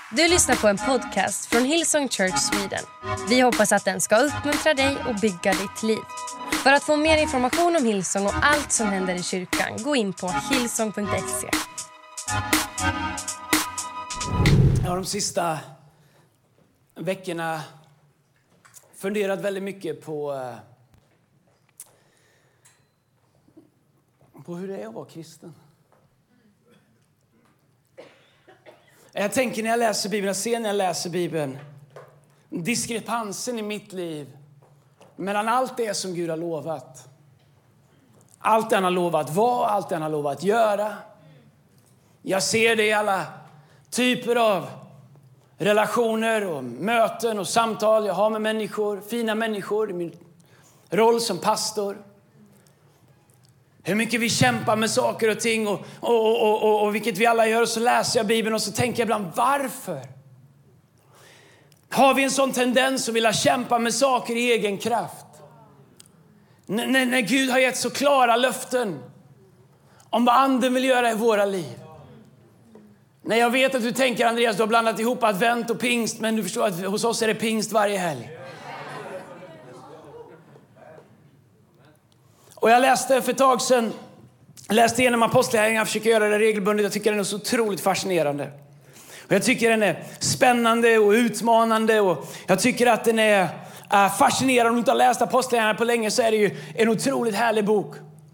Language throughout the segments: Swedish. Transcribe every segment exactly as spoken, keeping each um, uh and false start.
Du lyssnar på en podcast från Hillsong Church Sweden. Vi hoppas att den ska uppmuntra dig och bygga ditt liv. För att få mer information om Hillsong och allt som händer i kyrkan, gå in på hillsong punkt se. Jag har de sista veckorna funderat väldigt mycket på, på hur det är att vara kristen. Jag tänker när jag läser Bibeln, jag ser när jag läser Bibeln, diskrepansen i mitt liv mellan allt det som Gud har lovat. Allt det han har lovat vara, allt det han har lovat göra. Jag ser det i alla typer av relationer och möten och samtal jag har med människor, fina människor i min roll som pastor. Hur mycket vi kämpar med saker och ting och, och, och, och, och vilket vi alla gör. Och så läser jag Bibeln och så tänker jag ibland, varför? Har vi en sån tendens att vilja kämpa med saker i egen kraft? N- n- när Gud har gett så klara löften om vad anden vill göra i våra liv. När jag vet att du tänker, Andreas, du har blandat ihop advent och pingst, men du förstår att hos oss är det pingst varje helg. Och jag läste för ett tag sedan, läste igenom apostlagärningarna, jag försöker göra det regelbundet. Jag tycker den är så otroligt fascinerande. Och jag tycker den är spännande och utmanande. Och jag tycker att den är äh, fascinerande. Om du inte har läst apostlagärningarna på länge så är det ju en otroligt härlig bok.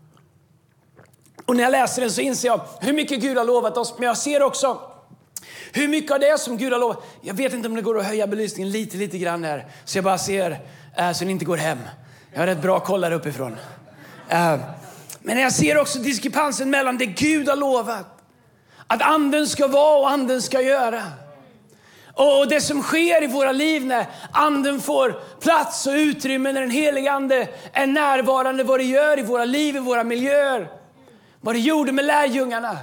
Och när jag läser den så inser jag hur mycket Gud har lovat oss. Men jag ser också hur mycket av det som Gud har lovat. Jag vet inte om det går att höja belysningen lite, lite grann här. Så jag bara ser äh, så den inte går hem. Jag har rätt bra koll där uppifrån. Uh, men jag ser också diskrepansen mellan det Gud har lovat att anden ska vara och anden ska göra. Och, och det som sker i våra liv när anden får plats och utrymme, när den heliga ande är närvarande, vad det gör i våra liv, i våra miljöer. Vad det gjorde med lärjungarna.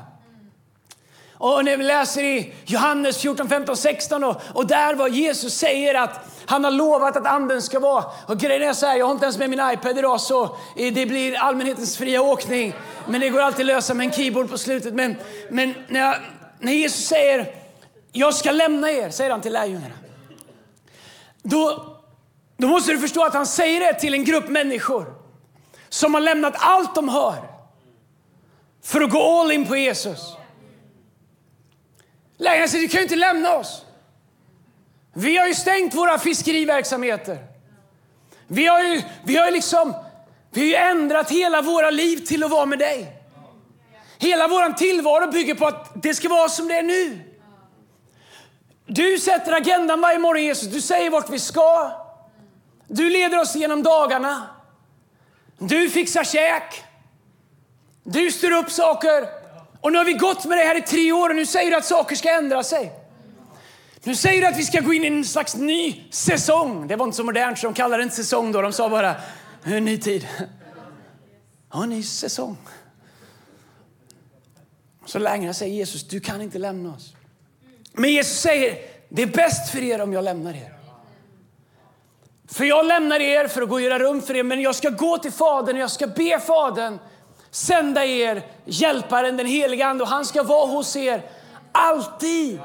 Och när vi läser i Johannes fjorton, femton, sexton och, och där var Jesus säger att han har lovat att anden ska vara. Och grejen är så här, jag har inte ens med min iPad idag så det blir allmänhetens fria åkning. Men det går alltid lösa med en keyboard på slutet. Men, men när, jag, när Jesus säger, jag ska lämna er, säger han till lärjungarna. Då, då måste du förstå att han säger det till en grupp människor som har lämnat allt de har för att gå all in på Jesus. Lärjungarna säger, du kan ju inte lämna oss. Vi har ju stängt våra fiskeriverksamheter. Vi har ju, vi har ju liksom, vi har ju ändrat hela våra liv till att vara med dig. Hela våran tillvaro bygger på att det ska vara som det är nu. Du sätter agendan varje morgon, Jesus. Du säger vart vi ska. Du leder oss genom dagarna. Du fixar käk. Du styr upp saker. Och nu har vi gått med det här i tre år och nu säger du att saker ska ändra sig. Nu säger du att vi ska gå in i en slags ny säsong. Det var inte så modernt så de kallade det en säsong då. De sa bara, en ny tid. Ja, en ny säsong. Så länge säger Jesus, du kan inte lämna oss. Men Jesus säger, det är bäst för er om jag lämnar er. För jag lämnar er för att gå och göra rum för er. Men jag ska gå till Fadern och jag ska be Fadern sända er hjälparen, den heliga ande. Och han ska vara hos er alltid.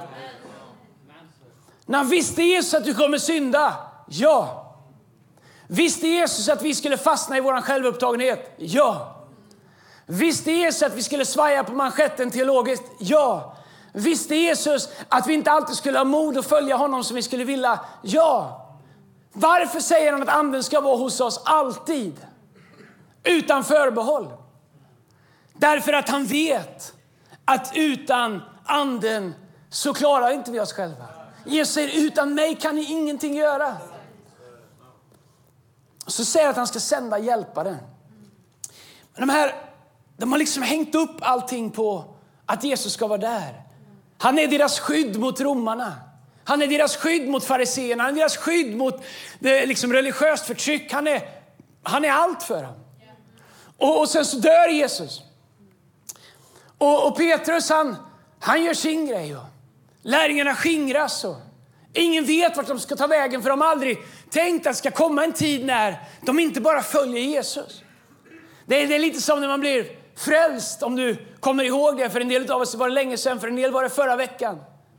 När visste Jesus att du kommer synda? Ja. Visste Jesus att vi skulle fastna i våran självupptagenhet? Ja. Visste Jesus att vi skulle svaja på manschetten teologiskt? Ja. Visste Jesus att vi inte alltid skulle ha mod att följa honom som vi skulle vilja? Ja. Varför säger han att anden ska vara hos oss alltid? Utan förbehåll. Därför att han vet att utan anden så klarar inte vi oss själva. Jesus säger, utan mig kan ni ingenting göra. Så säger att han ska sända hjälparen. De här, de har liksom hängt upp allting på att Jesus ska vara där. Han är deras skydd mot romarna. Han är deras skydd mot fariseerna. Han är deras skydd mot det liksom religiöst förtryck. Han är, han är allt för dem. Och, och sen så dör Jesus. Och, och Petrus han, han gör sin grej. Och lärjungarna skingras. Och ingen vet vart de ska ta vägen. För de har aldrig tänkt att det ska komma en tid när de inte bara följer Jesus. Det är, det är lite som när man blir frälst. Om du kommer ihåg det. För en del av oss var det länge sedan. För en del var det förra veckan.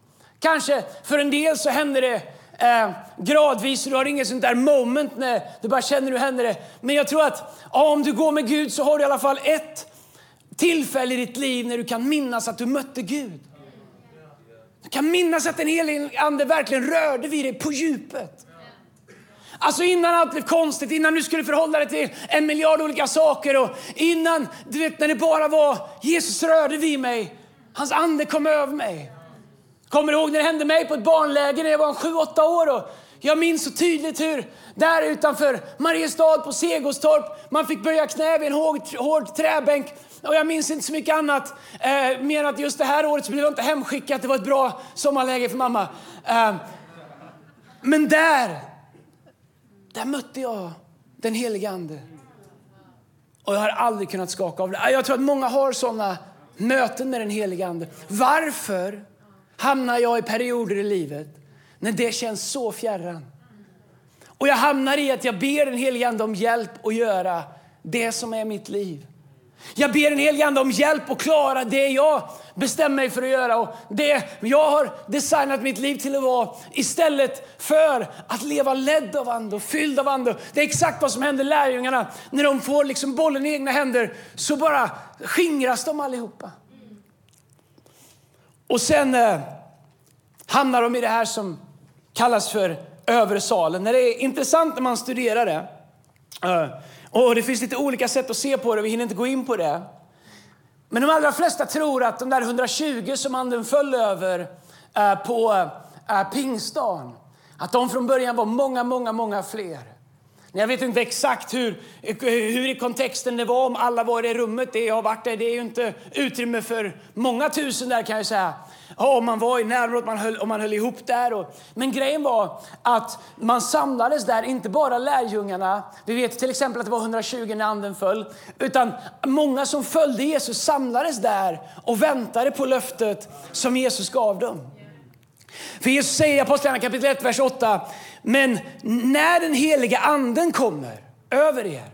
Kanske för en del så händer det eh, gradvis. Du har inget sånt där moment när du bara känner hur det händer. Men jag tror att ja, om du går med Gud så har du i alla fall ett tillfälle i ditt liv när du kan minnas att du mötte Gud. Du kan minnas att den helige ande verkligen rörde vid dig på djupet. Alltså innan allt blev konstigt, innan du skulle förhålla dig till en miljard olika saker och innan, du vet, när det bara var Jesus rörde vid mig, hans ande kom över mig. Kommer du ihåg när det hände mig på ett barnläger när jag var sju åtta år och jag minns så tydligt hur där utanför Mariestad på Segostorp man fick böja knä vid en hård, hård träbänk. Och jag minns inte så mycket annat. Eh, mer än att just det här året så blev jag inte hemskickat. Det var ett bra sommarläge för mamma. Eh, men där, där mötte jag den helige ande. Och jag har aldrig kunnat skaka av det. Jag tror att många har sådana möten med den helige ande. Varför hamnar jag i perioder i livet när det känns så fjärran? Och jag hamnar i att jag ber den helige ande om hjälp att göra det som är mitt liv. Jag ber den helige ande om hjälp att klara det jag bestämmer mig för att göra. Och det jag har designat mitt liv till att vara. Istället för att leva ledd av ande och fylld av ande. Det är exakt vad som händer lärjungarna. När de får liksom bollen i egna händer så bara skingras de allihopa. Och sen eh, hamnar de i det här som kallas för övre salen. När det är intressant när man studerar det. Eh, Och det finns lite olika sätt att se på det. Vi hinner inte gå in på det. Men de allra flesta tror att de där hundratjugo som anden föll över eh, på eh, pingstdagen. Att de från början var många, många, många fler. Jag vet inte exakt hur, hur i kontexten det var om alla var i rummet. Det jag har varit där, det är ju inte utrymme för många tusen där kan jag säga. Ja, om man var i närområdet, man höll, om man höll ihop där. Och, men grejen var att man samlades där, inte bara lärjungarna. Vi vet till exempel att det var hundratjugo när anden föll. Utan många som följde Jesus samlades där och väntade på löftet som Jesus gav dem. För Jesus säger i Apostlagärningarna kapitel ett, vers åtta. Men när den heliga anden kommer över er.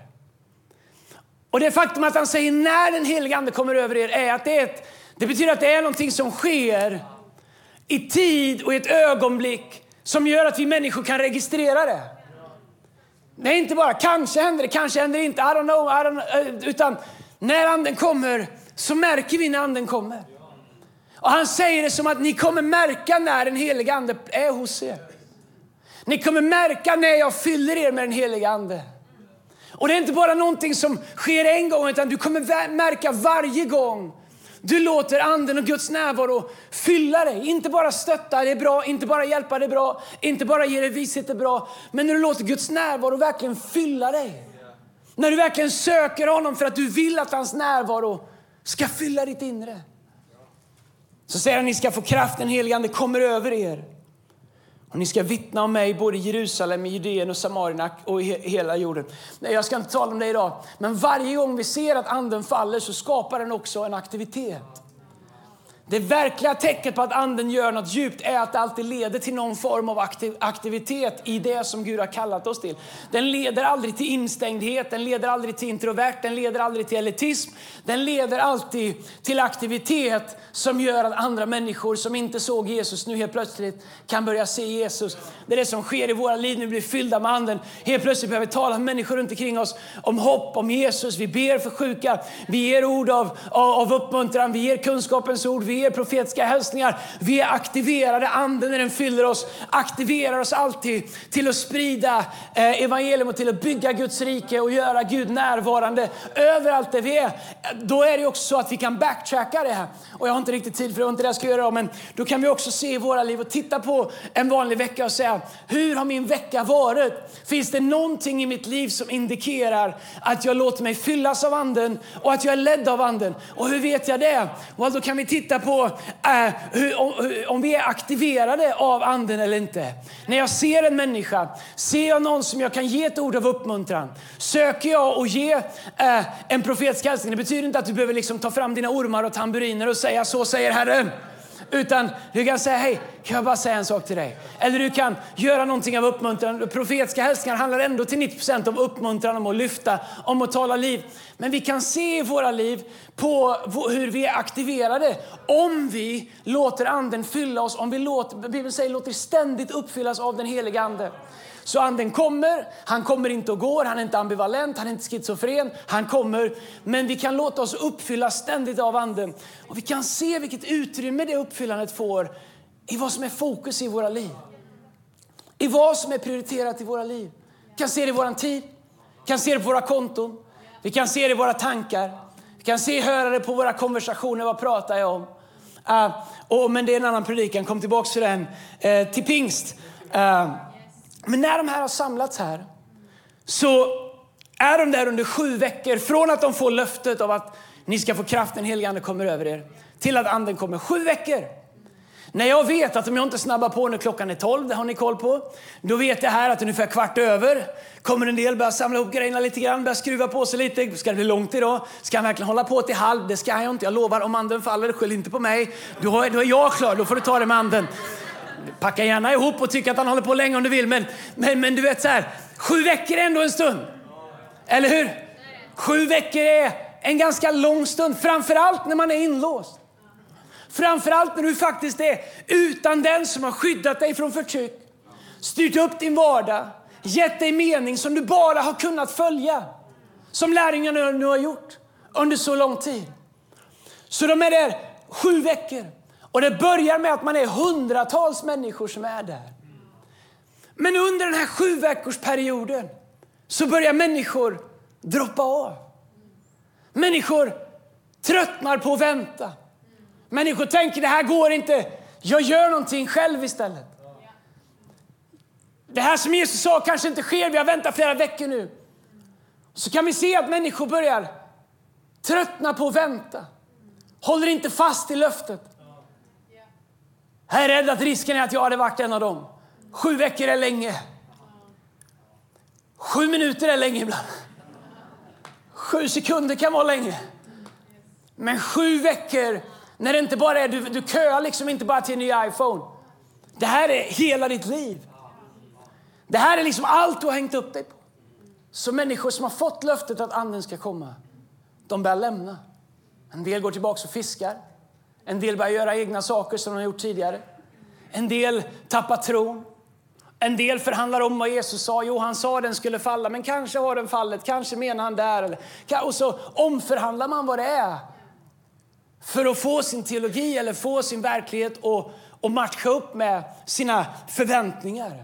Och det faktum att han säger när den heliga anden kommer över er är att det är ett, det betyder att det är någonting som sker i tid och i ett ögonblick som gör att vi människor kan registrera det. Det är inte bara kanske händer det, kanske händer det inte, I don't know, I don't know, utan när anden kommer så märker vi när anden kommer. Och han säger det som att ni kommer märka när den heliga ande är hos er. Ni kommer märka när jag fyller er med den heliga ande. Och det är inte bara någonting som sker en gång, utan du kommer märka varje gång du låter anden och Guds närvaro fylla dig. Inte bara stötta, det är bra. Inte bara hjälpa, det är bra. Inte bara ge dig vishet, det är bra. Men när du låter Guds närvaro verkligen fylla dig. När du verkligen söker honom för att du vill att hans närvaro ska fylla ditt inre. Så säger han, ni ska få kraft, den helige ande kommer över er. Och ni ska vittna om mig både i Jerusalem, i Judeen och Samarien och i hela jorden. Nej, jag ska inte tala om det idag. Men varje gång vi ser att anden faller så skapar den också en aktivitet. Det verkliga tecknet på att anden gör något djupt är att det alltid leder till någon form av aktiv- aktivitet i det som Gud har kallat oss till. Den leder aldrig till instängdhet, den leder aldrig till introvert, den leder aldrig till elitism. Den leder alltid till aktivitet som gör att andra människor som inte såg Jesus nu helt plötsligt kan börja se Jesus. Det är det som sker i våra liv när vi blir fyllda med anden. Helt plötsligt behöver vi tala med människor runt omkring oss om hopp, om Jesus. Vi ber för sjuka, vi ger ord av, av, av uppmuntran, vi ger kunskapens ord, vi ger profetiska hälsningar. Vi är aktiverade, anden när den fyller oss aktiverar oss alltid till att sprida eh, evangelium och till att bygga Guds rike och göra Gud närvarande överallt där vi är. Då är det också så att vi kan backtracka det här. Och jag har inte riktigt tid för det, inte det jag ska göra, men då kan vi också se i våra liv och titta på en vanlig vecka och säga, hur har min vecka varit? Finns det någonting i mitt liv som indikerar att jag låter mig fyllas av anden och att jag är ledd av anden? Och hur vet jag det? Och då kan vi titta på äh, hur, om, om vi är aktiverade av anden eller inte. När jag ser en människa, ser jag någon som jag kan ge ett ord av uppmuntran, söker jag och ge äh, en profetisk hälsning. Det betyder inte att du behöver liksom ta fram dina ormar och tamburiner och säga så säger Herren. Utan du kan säga, hej, kan jag bara säga en sak till dig? Eller du kan göra någonting av uppmuntran. Profetiska hälsningar handlar ändå till nittio procent om uppmuntran, om att lyfta, om att tala liv. Men vi kan se i våra liv på hur vi är aktiverade. Om vi låter anden fylla oss, om vi låter, Bibeln säger, låter ständigt uppfyllas av den heliga ande. Så anden kommer, han kommer inte och går, han är inte ambivalent, han är inte schizofren, han kommer. Men vi kan låta oss uppfylla ständigt av anden. Och vi kan se vilket utrymme det uppfyllandet får i vad som är fokus i våra liv. I vad som är prioriterat i våra liv. Vi kan se det i våran tid, vi kan se det på våra konton, vi kan se det i våra tankar. Vi kan se, höra det på våra konversationer, vad pratar jag om? Uh, och, men det är en annan predikan, kom tillbaka till den, uh, till pingst. Uh, Men när de här har samlats här så är de där under sju veckor. Från att de får löftet av att ni ska få kraft, den helige ande kommer över er. Till att anden kommer. Sju veckor. När jag vet att om jag inte snabbar på när klockan är tolv, det har ni koll på. Då vet jag här att ungefär kvart över kommer en del börja samla ihop grejerna lite grann. Börja skruva på sig lite. Ska det bli långt idag? Ska han verkligen hålla på till halv? Det ska jag inte. Jag lovar, om anden faller, skyll inte på mig. Då är, då är jag klar, då får du ta det med anden. Packa gärna ihop och tycka att han håller på länge om du vill. Men, men, men du vet så här, sju veckor är ändå en stund. Eller hur? Sju veckor är en ganska lång stund. Framförallt när man är inlåst. Framförallt när du faktiskt är utan den som har skyddat dig från förtryck. Styrt upp din vardag. Gett dig mening som du bara har kunnat följa. Som lärjungarna nu har gjort under så lång tid. Så de är där sju veckor. Och det börjar med att man är hundratals människor som är där. Men under den här sju veckors perioden så börjar människor droppa av. Människor tröttnar på att vänta. Människor tänker, det här går inte. Jag gör någonting själv istället. Det här som Jesus sa kanske inte sker. Vi har väntat flera veckor nu. Så kan vi se att människor börjar tröttna på att vänta. Håller inte fast i löftet. Jag är rädd att risken är att jag hade varit en av dem. Sju veckor är länge. Sju minuter är länge ibland. Sju sekunder kan vara länge. Men sju veckor, när det inte bara är, du, du köar liksom inte bara till en ny iPhone. Det här är hela ditt liv. Det här är liksom allt du har hängt upp dig på. Så människor som har fått löftet att anden ska komma, de börjar lämna. En del går tillbaka och fiskar. En del börjar göra egna saker som de har gjort tidigare. En del tappar tron. En del förhandlar om vad Jesus sa. Jo, han sa den skulle falla, men kanske har den fallit. Kanske menar han där. Eller, och så omförhandlar man vad det är. För att få sin teologi eller få sin verklighet och, och matcha upp med sina förväntningar.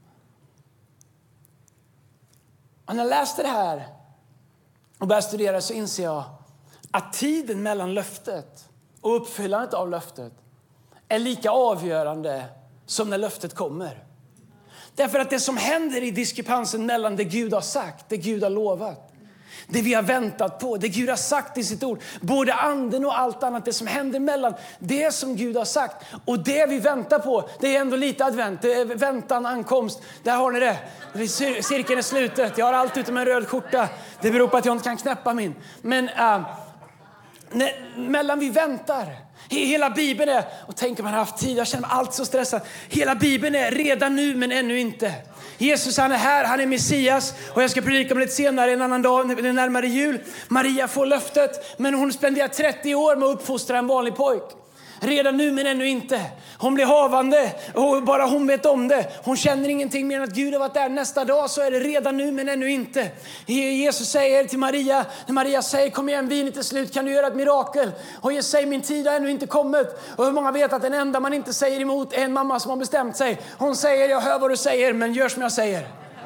Och när jag läste det här och började studera så inser jag att tiden mellan löftet och uppfyllandet av löftet är lika avgörande som när löftet kommer. Därför att det som händer i diskrepansen mellan det Gud har sagt, det Gud har lovat, det vi har väntat på, det Gud har sagt i sitt ord, både anden och allt annat, det som händer mellan det som Gud har sagt och det vi väntar på, det är ändå lite advent, det är väntan, ankomst. Där har ni det. Cirkeln är slutet. Jag har allt utom en röd skjorta. Det beror på att jag inte kan knäppa min. Men äh, när, mellan vi väntar, hela Bibeln är, och tänker man har haft tid, jag känner mig allt så stressad. Hela Bibeln är redan nu men ännu inte. Jesus, han är här, han är Messias. Och jag ska predika om lite senare, en annan dag, det är närmare jul. Maria får löftet, men hon spenderar trettio år med att uppfostra en vanlig pojk. Redan nu men ännu inte. Hon blir havande och bara hon vet om det. Hon känner ingenting mer än att Gud har varit där. Nästa dag så är det redan nu men ännu inte. Jesus säger till Maria, när Maria säger kom igen, vin är till slut, kan du göra ett mirakel? Och Jesus säger min tid har ännu inte kommit. Och hur många vet att den enda man inte säger emot är en mamma som har bestämt sig. Hon säger jag hör vad du säger men gör som jag säger.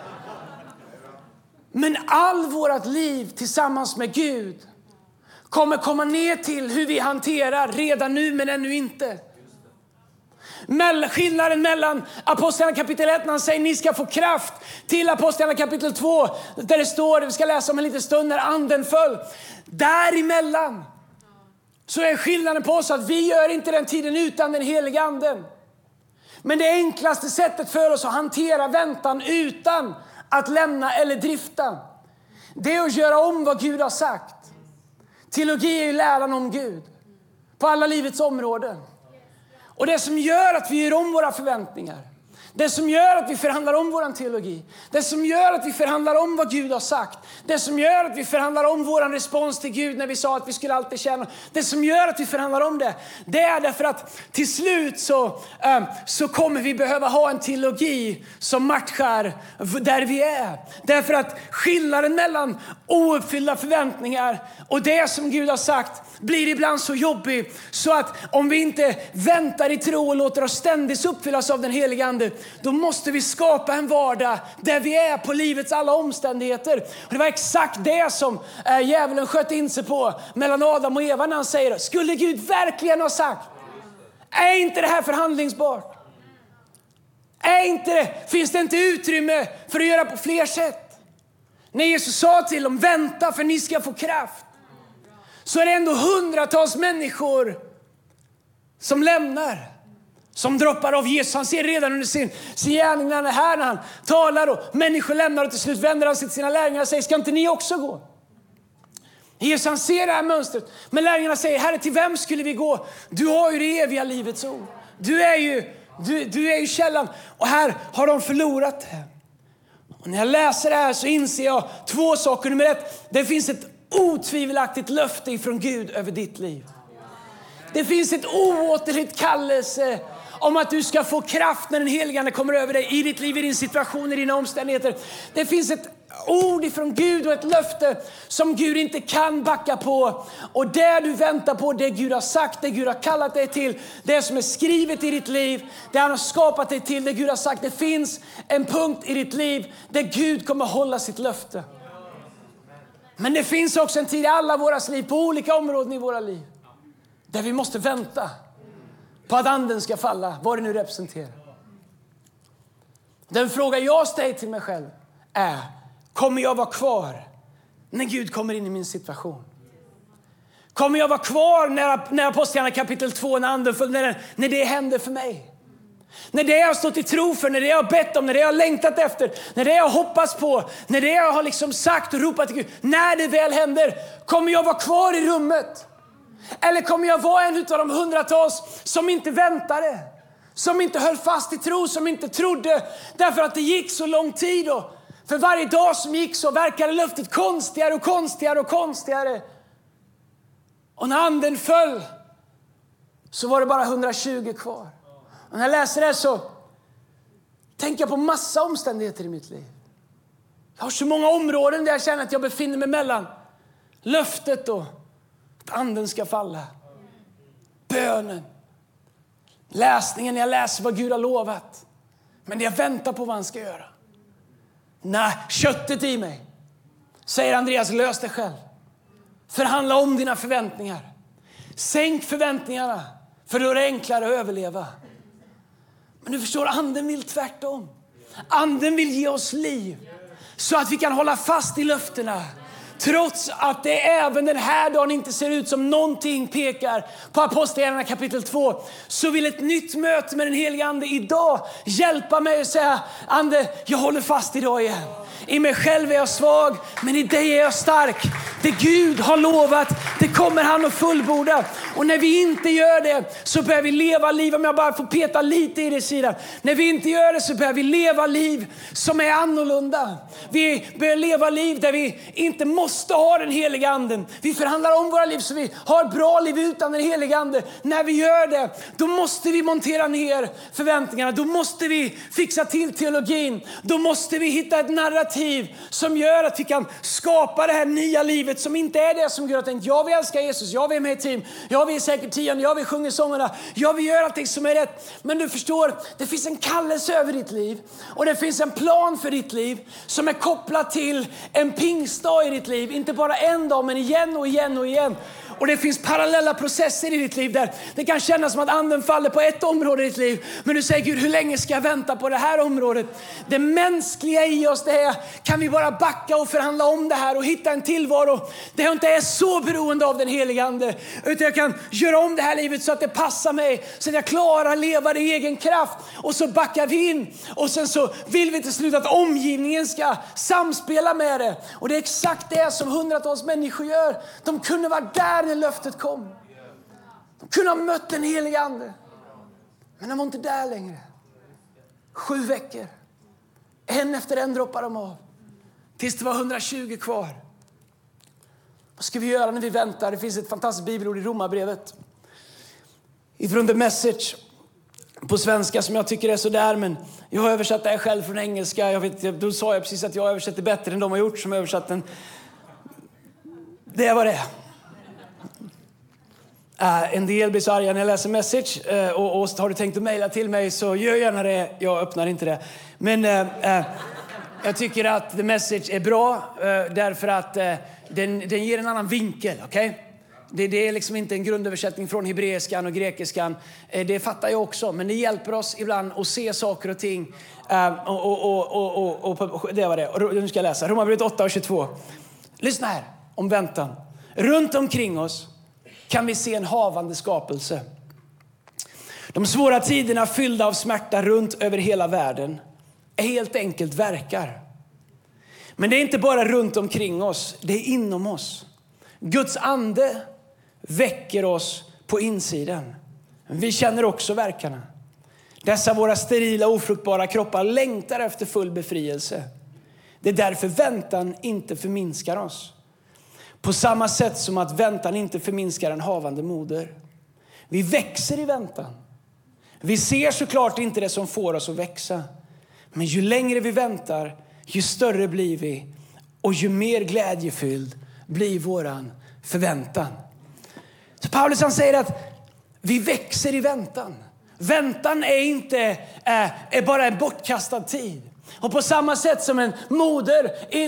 Men all vårat liv tillsammans med Gud kommer komma ner till hur vi hanterar redan nu men ännu inte. Mell- skillnaden mellan Apostlagärningarna kapitel ett när han säger ni ska få kraft till Apostlagärningarna kapitel två där det står, vi ska läsa om en liten stund, när anden föll. Däremellan så är skillnaden på oss att vi gör inte den tiden utan den heliga anden. Men det enklaste sättet för oss att hantera väntan utan att lämna eller drifta, det är att göra om vad Gud har sagt. Teologi är ju läran om Gud på alla livets områden. Och det som gör att vi gör om våra förväntningar, det som gör att vi förhandlar om vår teologi, det som gör att vi förhandlar om vad Gud har sagt, det som gör att vi förhandlar om vår respons till Gud när vi sa att vi skulle alltid tjäna, det som gör att vi förhandlar om det, det är därför att till slut så, um, så kommer vi behöva ha en teologi som matchar där vi är. Därför att skillnaden mellan ouppfyllda förväntningar och det som Gud har sagt blir ibland så jobbig så att om vi inte väntar i tro och låter oss ständigt uppfyllas av den helige Ande, då måste vi skapa en vardag där vi är på livets alla omständigheter. Och det var exakt det som äh, djävulen sköt in sig på mellan Adam och Eva när han säger: skulle Gud verkligen ha sagt? Är inte det här förhandlingsbart? Är inte det, finns det inte utrymme för att göra på fler sätt? När Jesus sa till dem: vänta för ni ska få kraft, så är det ändå hundratals människor som lämnar, som droppar av Jesus. Han ser redan under sin, sin gärning när han är här, när han talar, och människor lämnar och till slut vänder han sig till sina lärjungar och säger: ska inte ni också gå? Jesus, han ser det här mönstret, men lärjungarna säger: Herre, till vem skulle vi gå? Du har ju det eviga livets ord. Du är ju, du, du är ju källan. Och här har de förlorat det. Och när jag läser det här så inser jag två saker. Nummer ett, det finns ett otvivelaktigt löfte ifrån Gud över ditt liv. Det finns ett oåterligt kallelse om att du ska få kraft när den helige Ande kommer över dig i ditt liv, i din situation, i dina omständigheter. Det finns ett ord ifrån Gud och ett löfte som Gud inte kan backa på. Och det du väntar på, det Gud har sagt, det Gud har kallat dig till, det som är skrivet i ditt liv, det han har skapat dig till, det Gud har sagt. Det finns en punkt i ditt liv där Gud kommer hålla sitt löfte. Men det finns också en tid i alla våra liv, på olika områden i våra liv, där vi måste vänta på att anden ska falla, vad det nu representerar. Den fråga jag ställer till mig själv är: kommer jag vara kvar när Gud kommer in i min situation? Kommer jag vara kvar när, när Apostlagärningarna kapitel två, när anden föll, när, när det händer för mig? När det jag har stått i tro för, när det jag har bett om, när det jag har längtat efter, när det jag har hoppats på, när det jag har liksom sagt och ropat till Gud, när det väl händer, kommer jag vara kvar i rummet? Eller kommer jag vara en av de hundratals som inte väntade, som inte höll fast i tro, som inte trodde, därför att det gick så lång tid, och för varje dag som gick så verkade löftet konstigare och konstigare och konstigare. Och när anden föll så var det bara hundratjugo kvar. Och när jag läser det så tänker jag på massa omständigheter i mitt liv. Jag har så många områden där jag känner att jag befinner mig mellan löftet och att anden ska falla. Bönen. Läsningen, jag läser vad Gud har lovat. Men jag väntar på vad han ska göra. Nej, köttet i mig. Säger Andreas, lös det själv. Förhandla om dina förväntningar. Sänk förväntningarna, för då är det enklare att överleva. Men du förstår, anden vill tvärtom. Anden vill ge oss liv så att vi kan hålla fast i löftena. Trots att det även den här dagen inte ser ut som någonting pekar på Apostlagärningarna kapitel två, så vill ett nytt möte med den helige Ande idag hjälpa mig att säga: Ande, jag håller fast idag igen. I mig själv är jag svag, men i dig är jag stark. Det Gud har lovat, det kommer han att fullborda. Och när vi inte gör det så börjar vi leva liv, om jag bara får peta lite i det sidan. När vi inte gör det så börjar vi leva liv som är annorlunda. Vi börjar leva liv där vi inte måste ha den heliga anden. Vi förhandlar om våra liv så vi har bra liv utan den heliga ande. När vi gör det, då måste vi montera ner förväntningarna. Då måste vi fixa till teologin. Då måste vi hitta ett narrativ som gör att vi kan skapa det här nya livet som inte är det som Gud har tänkt. Jag vill älska Jesus, jag vill med i team, jag vill säkert tionde, jag vill sjunga sångerna, jag vill göra allting som är rätt. Men du förstår, det finns en kallelse över ditt liv och det finns en plan för ditt liv som är kopplad till en pingstdag i ditt liv. Inte bara en dag, men igen och igen och igen. Och det finns parallella processer i ditt liv där det kan kännas som att anden faller på ett område i ditt liv. Men du säger, Gud, hur länge ska jag vänta på det här området? Det mänskliga i oss, det är, kan vi bara backa och förhandla om det här och hitta en tillvaro där jag inte är så beroende av den heliga ande. Utan jag kan göra om det här livet så att det passar mig, så att jag klarar att leva det i egen kraft. Och så backar vi in. Och sen så vill vi till slut att omgivningen ska samspela med det. Och det är exakt det som hundratals människor gör. De kunde vara där när löftet kom. De kunde ha mött den heliga ande. Men de var inte där längre. Sju veckor. En efter en droppade de av. Tills det var hundratjugo kvar. Vad ska vi göra när vi väntar? Det finns ett fantastiskt bibelord i Romarbrevet. Ifrån The Message. På svenska som jag tycker är så där. Men jag har översatt det här själv från engelska. Jag vet, då sa jag precis att jag översätter bättre än de har gjort som har översatt den. Det var det. Uh, en del blir så arga när jag läser Message. Uh, och, och har du tänkt att mejla till mig så gör gärna det. Jag öppnar inte det. Men uh, uh, jag tycker att The Message är bra. Uh, därför att uh, den, den ger en annan vinkel. Okay? Det, det är liksom inte en grundöversättning från hebreiskan och grekiskan. Uh, det fattar jag också. Men det hjälper oss ibland att se saker och ting. Uh, och, och, och, och, och, och, det var det. Och nu ska jag läsa. Romarbrevet åtta och tjugotvå. Lyssna här om väntan. Runt omkring oss kan vi se en havande skapelse. De svåra tiderna fyllda av smärta runt över hela världen är helt enkelt verkar. Men det är inte bara runt omkring oss, det är inom oss. Guds ande väcker oss på insidan. Vi känner också verkarna. Dessa våra sterila, ofruktbara kroppar längtar efter full befrielse. Det är därför väntan inte förminskar oss. På samma sätt som att väntan inte förminskar en havande moder. Vi växer i väntan. Vi ser såklart inte det som får oss att växa. Men ju längre vi väntar, ju större blir vi. Och ju mer glädjefylld blir våran förväntan. Så Paulus han säger att vi växer i väntan. Väntan är inte äh, är bara en bortkastad tid. Och på samma sätt som en moder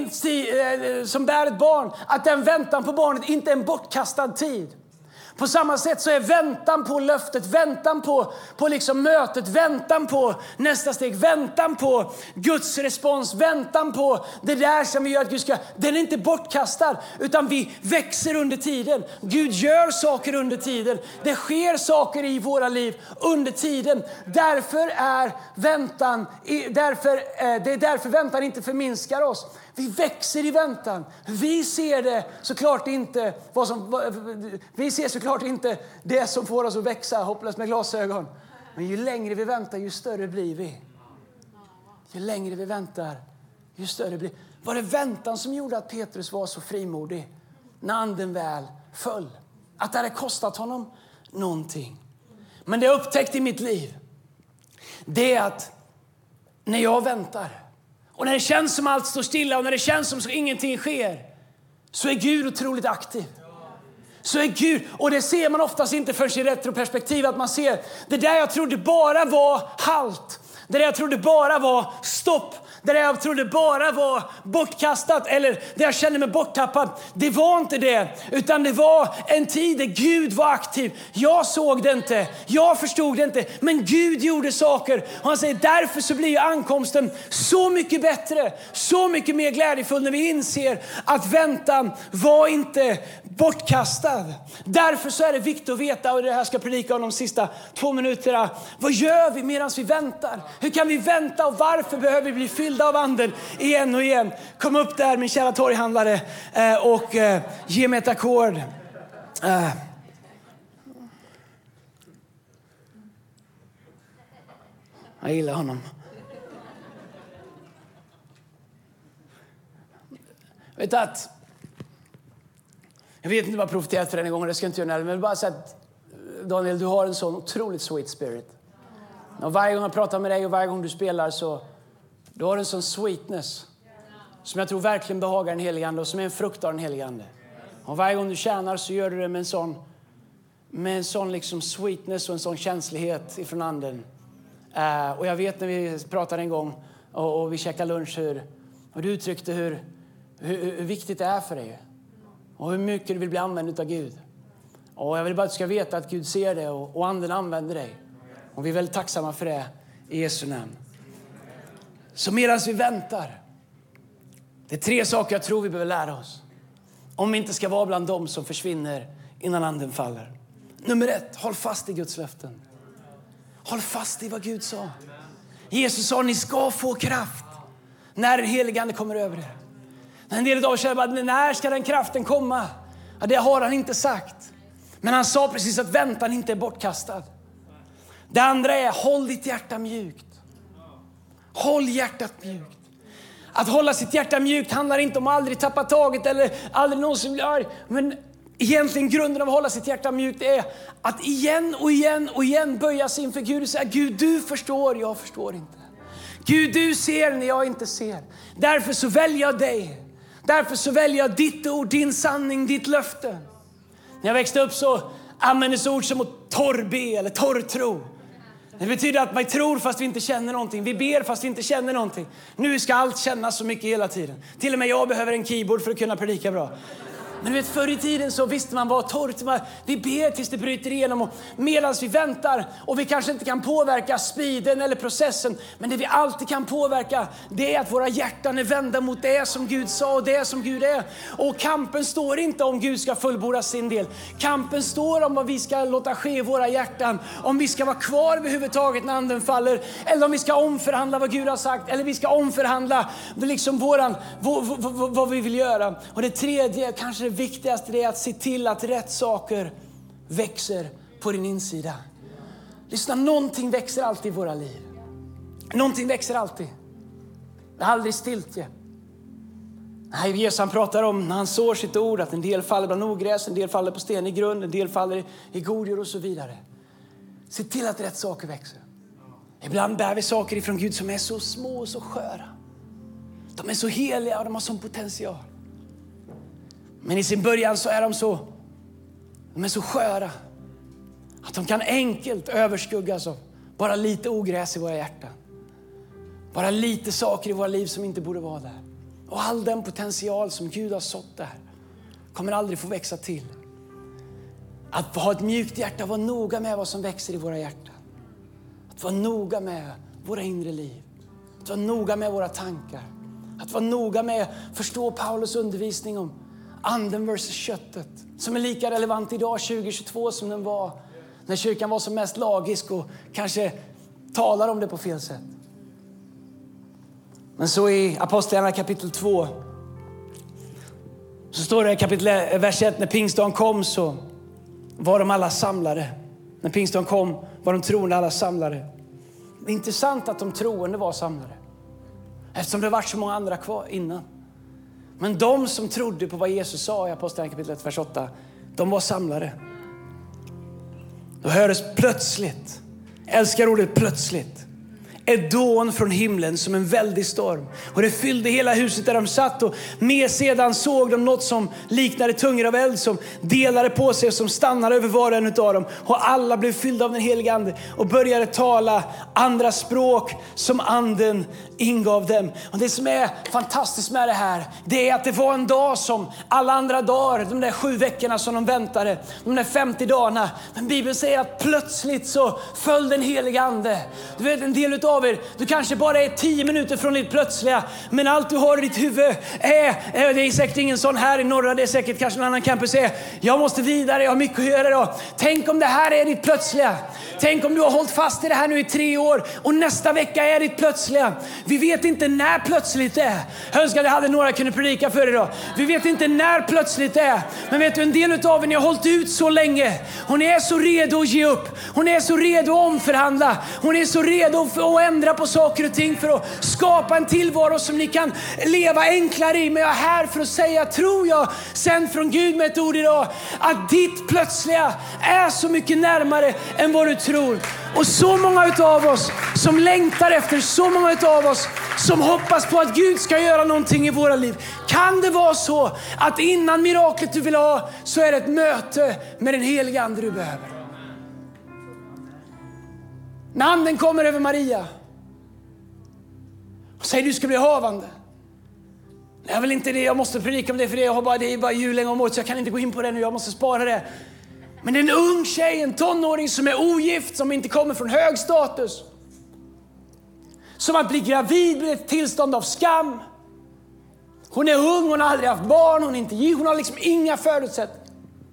som bär ett barn, att den väntan på barnet inte är en bortkastad tid. På samma sätt så är väntan på löftet, väntan på, på liksom mötet, väntan på nästa steg, väntan på Guds respons, väntan på det där som vi gör att Gud ska, den är inte bortkastad utan vi växer under tiden. Gud gör saker under tiden. Det sker saker i våra liv under tiden. Därför är väntan, därför, det är därför väntan inte förminskar oss. Vi växer i väntan. Vi ser det såklart inte vad som, vi ser såklart inte det som får oss att växa, hopplöst med glasögon. Men ju längre vi väntar, ju större blir vi. Ju längre vi väntar, ju större blir. Var det väntan som gjorde att Petrus var så frimodig när anden väl föll? Att det hade kostat honom någonting. Men det jag upptäckte i mitt liv, det är att när jag väntar och när det känns som allt står stilla och när det känns som så ingenting sker, så är Gud otroligt aktiv. Så är Gud, och det ser man oftast inte förrän i retroperspektiv, att man ser det där jag trodde bara var halt. Det där jag trodde bara var stopp. Det där jag trodde bara var bortkastat. Eller det jag kände mig borttappad. Det var inte det. Utan det var en tid där Gud var aktiv. Jag såg det inte. Jag förstod det inte. Men Gud gjorde saker. Och han säger därför så blir ankomsten så mycket bättre. Så mycket mer glädjefull när vi inser att väntan var inte bortkastad. Därför så är det viktigt att veta, och det här ska predika om de sista två minuterna. Vad gör vi medan vi väntar? Hur kan vi vänta och varför behöver vi bli fyllda av anden igen och igen? Kom upp där min kära torghandlare och ge mig ett ackord. Jag gillar honom. Vet att jag vet inte vad jag profeterat för den gången, det ska jag inte göra, men bara säga att Daniel, du har en sån otroligt sweet spirit. Och varje gång jag pratar med dig och varje gång du spelar så du har en sån sweetness som jag tror verkligen behagar den helige ande och som är en frukt av den helige ande. Och varje gång du tjänar så gör du det med en sån med en sån liksom sweetness och en sån känslighet ifrån anden. Uh, och jag vet när vi pratade en gång och, och vi käkade lunch hur och du uttryckte hur, hur, hur viktigt det är för dig. Och hur mycket du vill bli använd av Gud. Och jag vill bara att du ska veta att Gud ser det och, och anden använder dig. Och vi är väldigt tacksamma för det i Jesu namn. Så medan vi väntar. Det är tre saker jag tror vi behöver lära oss. Om vi inte ska vara bland dem som försvinner innan anden faller. Nummer ett, håll fast i Guds löften. Håll fast i vad Gud sa. Jesus sa, ni ska få kraft när den helige ande kommer över er. En del av oss säger bara, när ska den kraften komma? Ja, det har han inte sagt. Men han sa precis att väntan inte är bortkastad. Det andra är, håll ditt hjärta mjukt. Håll hjärtat mjukt. Att hålla sitt hjärta mjukt handlar inte om att aldrig tappa taget eller aldrig någonsin bli arg. Men egentligen grunden av att hålla sitt hjärta mjukt är att igen och igen och igen böja sig inför Gud och säga, Gud, du förstår, jag förstår inte. Gud, du ser när jag inte ser. Därför så väljer jag dig. Därför så väljer jag ditt ord, din sanning, ditt löfte. När jag växte upp så användes ord som att torrbe eller torrtro. Det betyder att man tror fast vi inte känner någonting. Vi ber fast vi inte känner någonting. Nu ska allt kännas så mycket hela tiden. Till och med jag behöver en keyboard för att kunna predika bra. Men du vet, förr i tiden så visste man vad torrt. Vi ber tills det bryter igenom. Och medan vi väntar och vi kanske inte kan påverka speeden eller processen. Men det vi alltid kan påverka, det är att våra hjärtan är vända mot det som Gud sa och det som Gud är. Och kampen står inte om Gud ska fullborda sin del. Kampen står om vad vi ska låta ske i våra hjärtan. Om vi ska vara kvar överhuvudtaget när anden faller. Eller om vi ska omförhandla vad Gud har sagt. Eller vi ska omförhandla liksom våran, vad, vad, vad vi vill göra. Och det tredje, kanske det viktigaste, är att se till att rätt saker växer på din insida. Lyssna, någonting växer alltid i våra liv. Någonting växer alltid. Det är aldrig stiltje. Nej, Jesus han pratar om när han sår sitt ord att en del faller bland ogräs, en del faller på sten i grund, en del faller i god jord och så vidare. Se till att rätt saker växer. Ibland bär vi saker ifrån Gud som är så små och så sköra. De är så heliga och de har sån potential. Men i sin början så är de så, de är så sköra att de kan enkelt överskuggas av bara lite ogräs i våra hjärtan. Bara lite saker i våra liv som inte borde vara där. Och all den potential som Gud har sått där kommer aldrig få växa till. Att ha ett mjukt hjärta, vara noga med vad som växer i våra hjärtan. Att vara noga med våra inre liv. Att vara noga med våra tankar. Att vara noga med att förstå Paulus undervisning om anden versus köttet. Som är lika relevant idag tjugo tjugotvå som den var när kyrkan var som mest lagisk och kanske talar om det på fel sätt. Men så i Apostlagärningarna kapitel två så står det i kapitel vers ett, när pingstdagen kom så var de alla samlade. När pingstdagen kom var de troende alla samlade. Det är intressant att de troende var samlade. Eftersom det varit så många andra kvar innan. Men de som trodde på vad Jesus sa i Apostlagärningarna kapitel ett vers åtta, de var samlade. Då hördes plötsligt, älskar ordet plötsligt, ett dån från himlen som en väldig storm. Och det fyllde hela huset där de satt. Och med sedan såg de något som liknade tungor av eld som delade på sig och som stannade över var och en utav dem. Och alla blev fyllda av den heliga ande och började tala andra språk som anden ingav dem. Och det som är fantastiskt med det här, det är att det var en dag som alla andra dagar, de där sju veckorna som de väntade, de där femtio dagarna. Men Bibeln säger att plötsligt så föll den heliga ande. Du vet, en del utav er, du kanske bara är tio minuter från ditt plötsliga, men allt du har i ditt huvud är, är det är säkert ingen sån här i norra, det är säkert kanske en annan campus är, jag måste vidare, jag har mycket att göra då. Tänk om det här är ditt plötsliga. Tänk om du har hållit fast i det här nu i tre år och nästa vecka är ditt plötsliga. Vi vet inte när plötsligt det är. Jag önskar att jag hade några kunde predika för idag. Vi vet inte när plötsligt det är. Men vet du, en del utav er, ni har hållit ut så länge. Hon är så redo att ge upp. Hon är så redo att omförhandla. Hon är så redo att ändra på saker och ting för att skapa en tillvaro som ni kan leva enklare i. Men jag är här för att säga, tror jag, sänd från Gud med ett ord idag, att ditt plötsliga är så mycket närmare än vad du tror. Och så många utav oss som längtar efter, så många utav oss som hoppas på att Gud ska göra någonting i våra liv. Kan det vara så att innan miraklet du vill ha så är det ett möte med den heliga ande du behöver? När anden kommer över Maria och säger du ska bli havande. Jag vill inte det, jag måste predika om det för det. Jag har bara, det är bara jul en gång om året så jag kan inte gå in på det nu, jag måste spara det. Men det är en ung tjej, en tonåring som är ogift, som inte kommer från hög status. Som att bli gravid blir ett tillstånd av skam. Hon är ung, hon har aldrig haft barn, hon är inte gift, hon har liksom inga förutsättningar.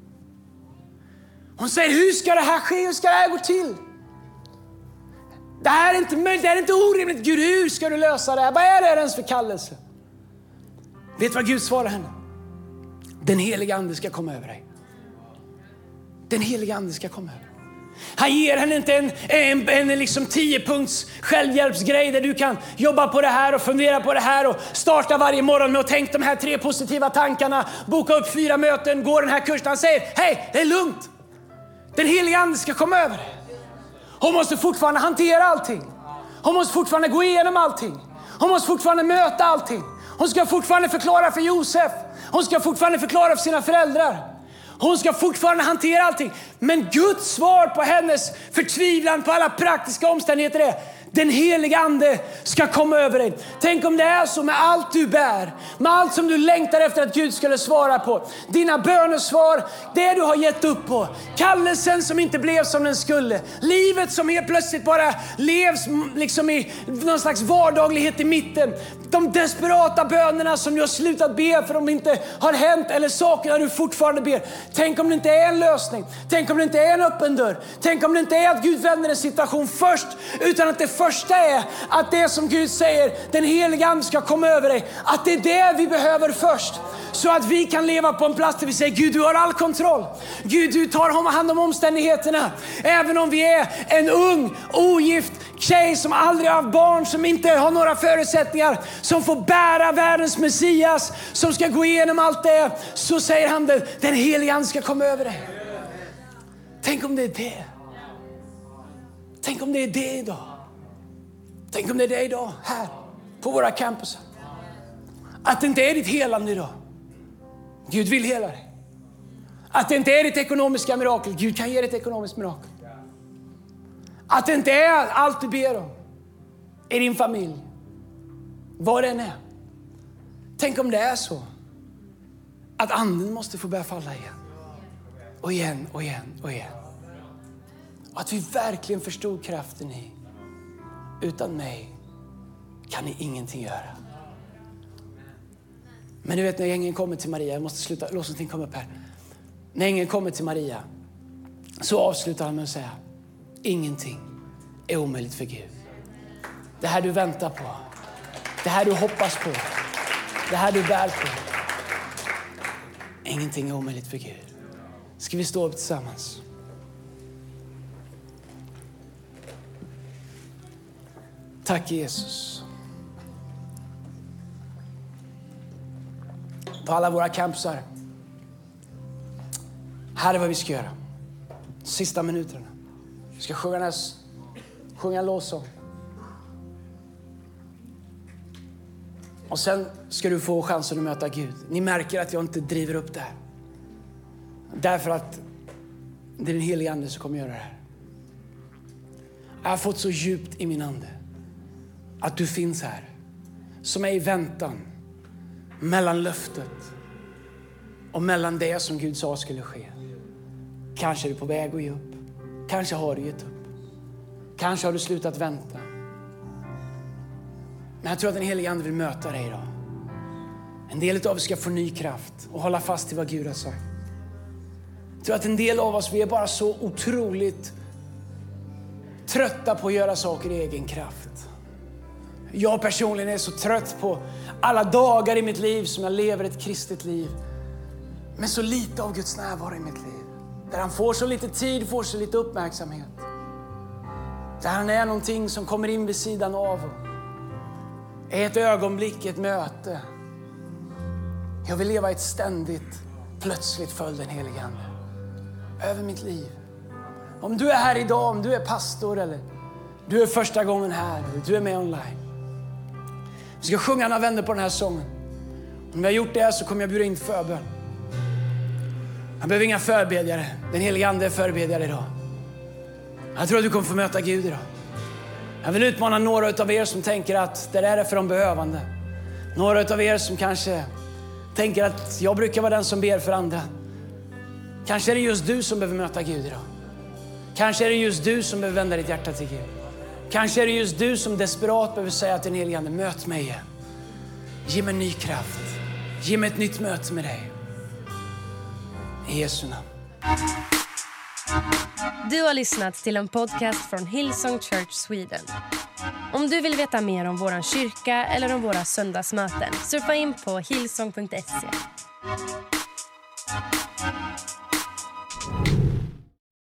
Hon säger, hur ska det här ske, hur ska det här gå till? Det här är inte möjligt, det här är inte orimligt. Gud, hur ska du lösa det här? Vad är det ens för kallelse? Vet du vad Gud svarar henne? Den heliga ande ska komma över dig. Den heliga ande ska komma över. Han ger henne inte en, en, en liksom tio punkts självhjälpsgrej där du kan jobba på det här och fundera på det här och starta varje morgon med att tänka de här tre positiva tankarna, boka upp fyra möten, gå den här kursen. Han säger, hej, det är lugnt. Den heliga ande ska komma över. Hon måste fortfarande hantera allting. Hon måste fortfarande gå igenom allting. Hon måste fortfarande möta allting. Hon ska fortfarande förklara för Josef. Hon ska fortfarande förklara för sina föräldrar. Hon ska fortfarande hantera allting. Men Guds svar på hennes förtvivlan på alla praktiska omständigheter är: den heliga ande ska komma över dig. Tänk om det är så med allt du bär. Med allt som du längtar efter att Gud skulle svara på. Dina bönesvar, det du har gett upp på. Kallelsen som inte blev som den skulle. Livet som helt plötsligt bara levs liksom i någon slags vardaglighet i mitten. De desperata bönerna som du har slutat be för de inte har hänt. Eller sakerna du fortfarande ber. Tänk om det inte är en lösning. Tänk om det inte är en öppen dörr. Tänk om det inte är att Gud vänder en situation först. Utan att det första är att det som Gud säger, den heliga ande ska komma över dig. Att det är det vi behöver först. Så att vi kan leva på en plats där vi säger: Gud, du har all kontroll. Gud, du tar hand om omständigheterna. Även om vi är en ung, ogift tjej som aldrig har haft barn, som inte har några förutsättningar, som får bära världens Messias, som ska gå igenom allt det, så säger han det, den heliga ande ska komma över dig. Tänk om det är det. Tänk om det är det idag. Tänk om det är det idag, här på våra campus. Att det inte är ditt helande idag. Gud vill hela dig. Att det inte är ditt ekonomiska mirakel. Gud kan ge dig ett ekonomiskt mirakel. Att det inte är allt du ber om i din familj. Vad det än är. Tänk om det är så att anden måste få börja falla igen. Och igen och igen och igen. Och att vi verkligen förstod kraften i: utan mig kan ni ingenting göra. Men du vet, när ängeln kommer till Maria, jag måste sluta, låt någonting komma upp här. När ängeln kommer till Maria så avslutar han med att säga: ingenting är omöjligt för Gud. Det här du väntar på, det här du hoppas på, det här du bär på, ingenting är omöjligt för Gud. Ska vi stå upp tillsammans? Tack Jesus. På alla våra campsar. Här är vad vi ska göra. Sista minuterna. Vi ska sjunga, en, sjunga en låtsång. Och sen ska du få chansen att möta Gud. Ni märker att jag inte driver upp det här. Därför att det är den heliga ande som kommer göra det här. Jag har fått så djupt i min ande att du finns här. Som är i väntan mellan löftet och mellan det som Gud sa skulle ske. Kanske är du på väg att ge upp. Kanske har du gett upp. Kanske har du slutat vänta. Men jag tror att den heliga ande vill möta dig idag. En del av oss ska få ny kraft och hålla fast i vad Gud har sagt. Jag tror att en del av oss, vi är bara så otroligt trötta på att göra saker i egen kraft. Jag personligen är så trött på alla dagar i mitt liv som jag lever ett kristet liv. Men så lite av Guds närvaro i mitt liv. Där han får så lite tid, får så lite uppmärksamhet. Där han är någonting som kommer in vid sidan av. Ett ögonblick, ett möte. Jag vill leva ett ständigt, plötsligt följd den helige ande över mitt liv. Om du är här idag, om du är pastor eller du är första gången här, eller du är med online. Vi ska sjunga några vänner på den här sången. Om vi har gjort det så kommer jag bjuda in förbön. Jag behöver inga förbedjare. Den heliga ande är förbedjare idag. Jag tror att du kommer få möta Gud idag. Jag vill utmana några av er som tänker att det där är för de behövande. Några av er som kanske tänker att jag brukar vara den som ber för andra. Kanske är det just du som behöver möta Gud idag. Kanske är det just du som behöver vända ditt hjärta till Gud. Kanske är det just du som desperat behöver säga till den helige ande: möt mig igen. Ge mig ny kraft. Ge mig ett nytt möte med dig. I Jesu namn. Du har lyssnat till en podcast från Hillsong Church Sweden. Om du vill veta mer om våran kyrka eller om våra söndagsmöten, surfa in på hillsong punkt se.